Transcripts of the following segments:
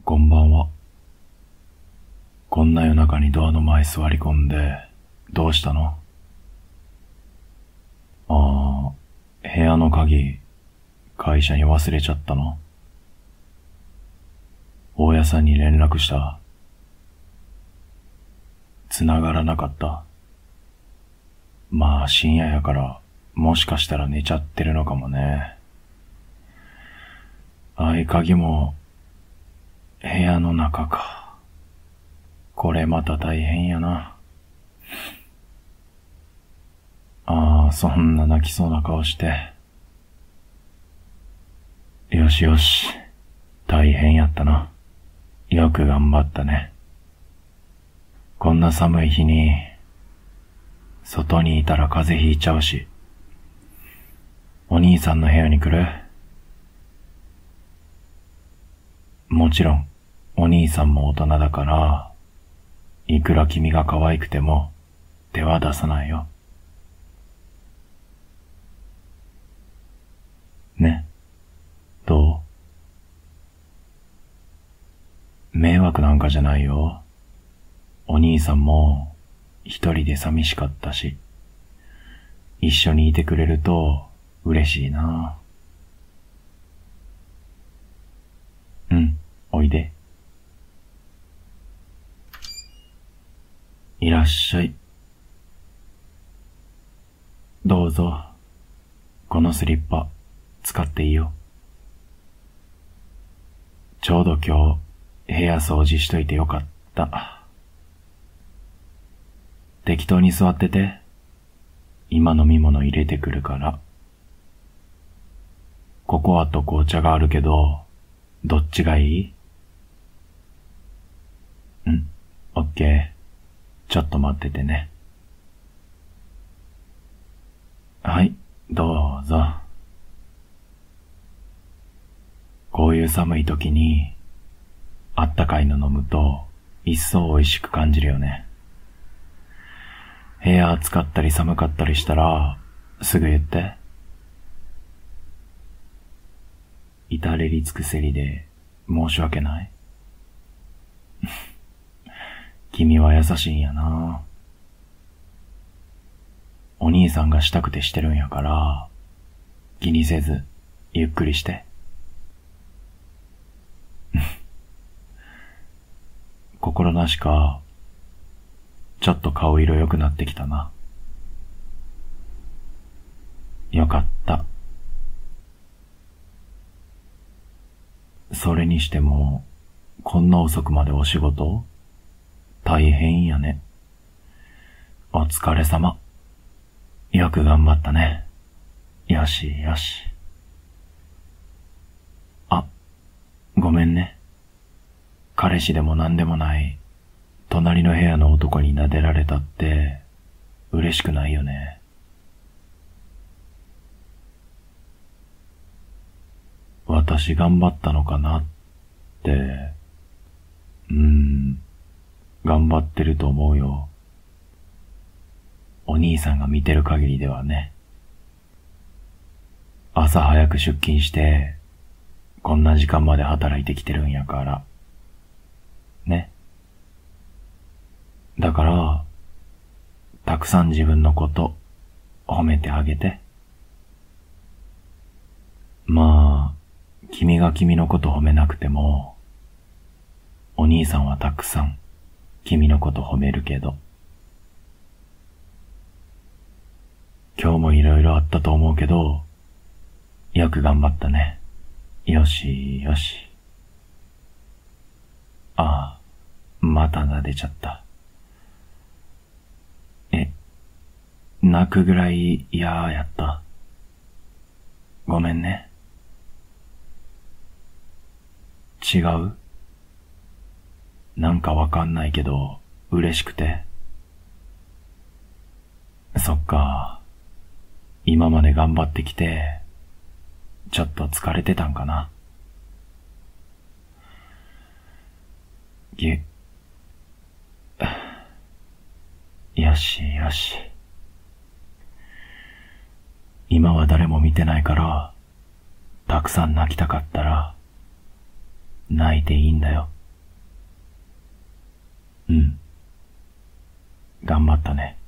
こんばんは。こんな夜中にドアの前座り込んで、どうしたの？部屋の鍵、会社に忘れちゃったの？大家さんに連絡した？繋がらなかった？まあ深夜やから、もしかしたら寝ちゃってるのかもね。合鍵も、部屋の中か。これまた大変やな。そんな泣きそうな顔して。よしよし、大変やったな。よく頑張ったね。こんな寒い日に、外にいたら風邪ひいちゃうし。お兄さんの部屋に来る？もちろん、お兄さんも大人だから、いくら君が可愛くても手は出さないよ。ね、どう？迷惑なんかじゃないよ。お兄さんも一人で寂しかったし、一緒にいてくれると嬉しいな。うん、おいで。いらっしゃい。どうぞ。このスリッパ使っていいよ。ちょうど今日部屋掃除しといてよかった。適当に座ってて。今飲み物入れてくるから。ココアと紅茶があるけど、どっちがいい？オッケー。ちょっと待っててね。はい、どうぞ。こういう寒い時に、あったかいの飲むと、一層美味しく感じるよね。部屋暑かったり寒かったりしたら、すぐ言って。至れり尽くせりで申し訳ない。君は優しいんやな。お兄さんがしたくてしてるんやから、気にせずゆっくりして。心なしか、ちょっと顔色良くなってきたな。よかった。それにしても、こんな遅くまでお仕事？大変やね。お疲れ様。よく頑張ったね。よしよし。ごめんね。彼氏でも何でもない、隣の部屋の男に撫でられたって、嬉しくないよね。私頑張ったのかなって、頑張ってると思うよ。お兄さんが見てる限りではね。朝早く出勤して、こんな時間まで働いてきてるんやから。ね。だから、たくさん自分のこと褒めてあげて。まあ、君が君のこと褒めなくても、お兄さんはたくさん君のこと褒めるけど。今日もいろいろあったと思うけど、よく頑張ったね。よしよし。また撫でちゃった。泣くぐらい嫌やった？ごめんね。違う？なんかわかんないけど、嬉しくて。そっか。今まで頑張ってきて、ちょっと疲れてたんかな。よしよし。今は誰も見てないから、たくさん泣きたかったら、泣いていいんだよ。 うん。頑張ったね。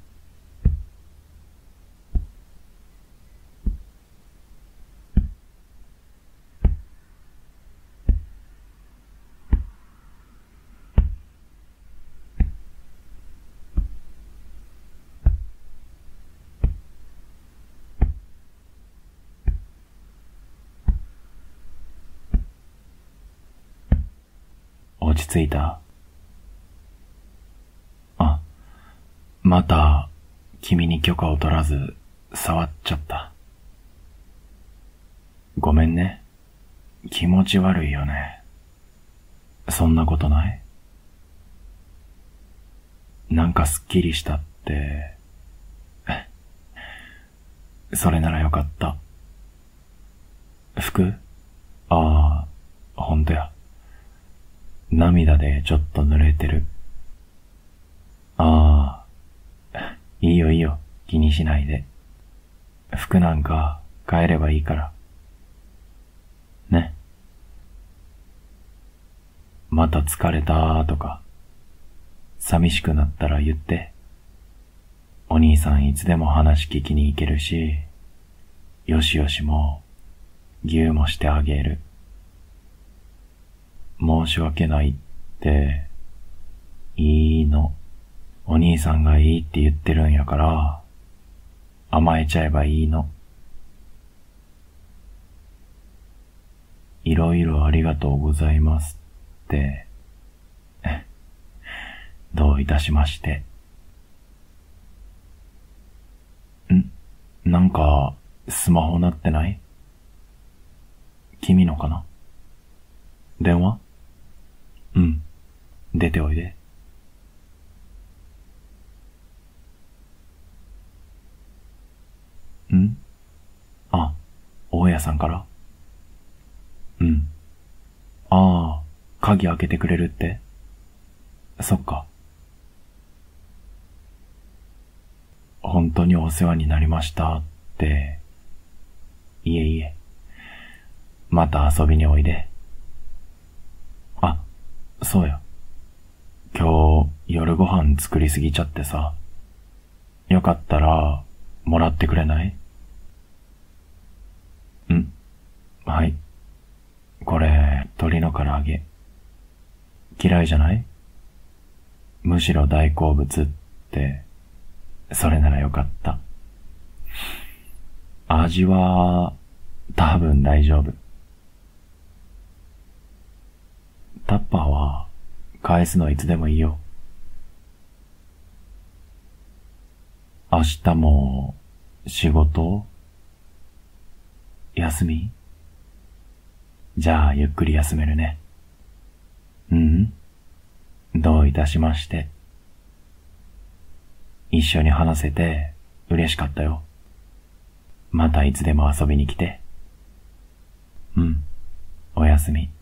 落ち着いた？あ、また、君に許可を取らず、触っちゃった。ごめんね。気持ち悪いよね。そんなことない？なんかすっきりしたって、それならよかった。服？ああ、ほんとや。涙でちょっと濡れてる。ああ、いいよいいよ。気にしないで。服なんか変えればいいから。ね。また疲れたとか、寂しくなったら言って。お兄さんいつでも話聞きに行けるし、よしよしも、ぎゅうもしてあげる。申し訳ないって、いいの。お兄さんがいいって言ってるんやから、甘えちゃえばいいの。いろいろありがとうございますって、どういたしまして。なんか、スマホ鳴ってない？君のかな？電話？うん。出ておいで。あ、大家さんから？うん。ああ、鍵開けてくれるって？そっか。本当にお世話になりましたって。いえいえ。また遊びにおいで。あ、そうや。今日夜ご飯作りすぎちゃってさ。よかったら、もらってくれない？はい。これ、鶏の唐揚げ。嫌いじゃない？むしろ大好物って、それならよかった。味は、多分大丈夫。タッパーは、返すのいつでもいいよ。明日も、仕事？休み？じゃあ、ゆっくり休めるね。どういたしまして。一緒に話せて、嬉しかったよ。またいつでも遊びに来て。おやすみ。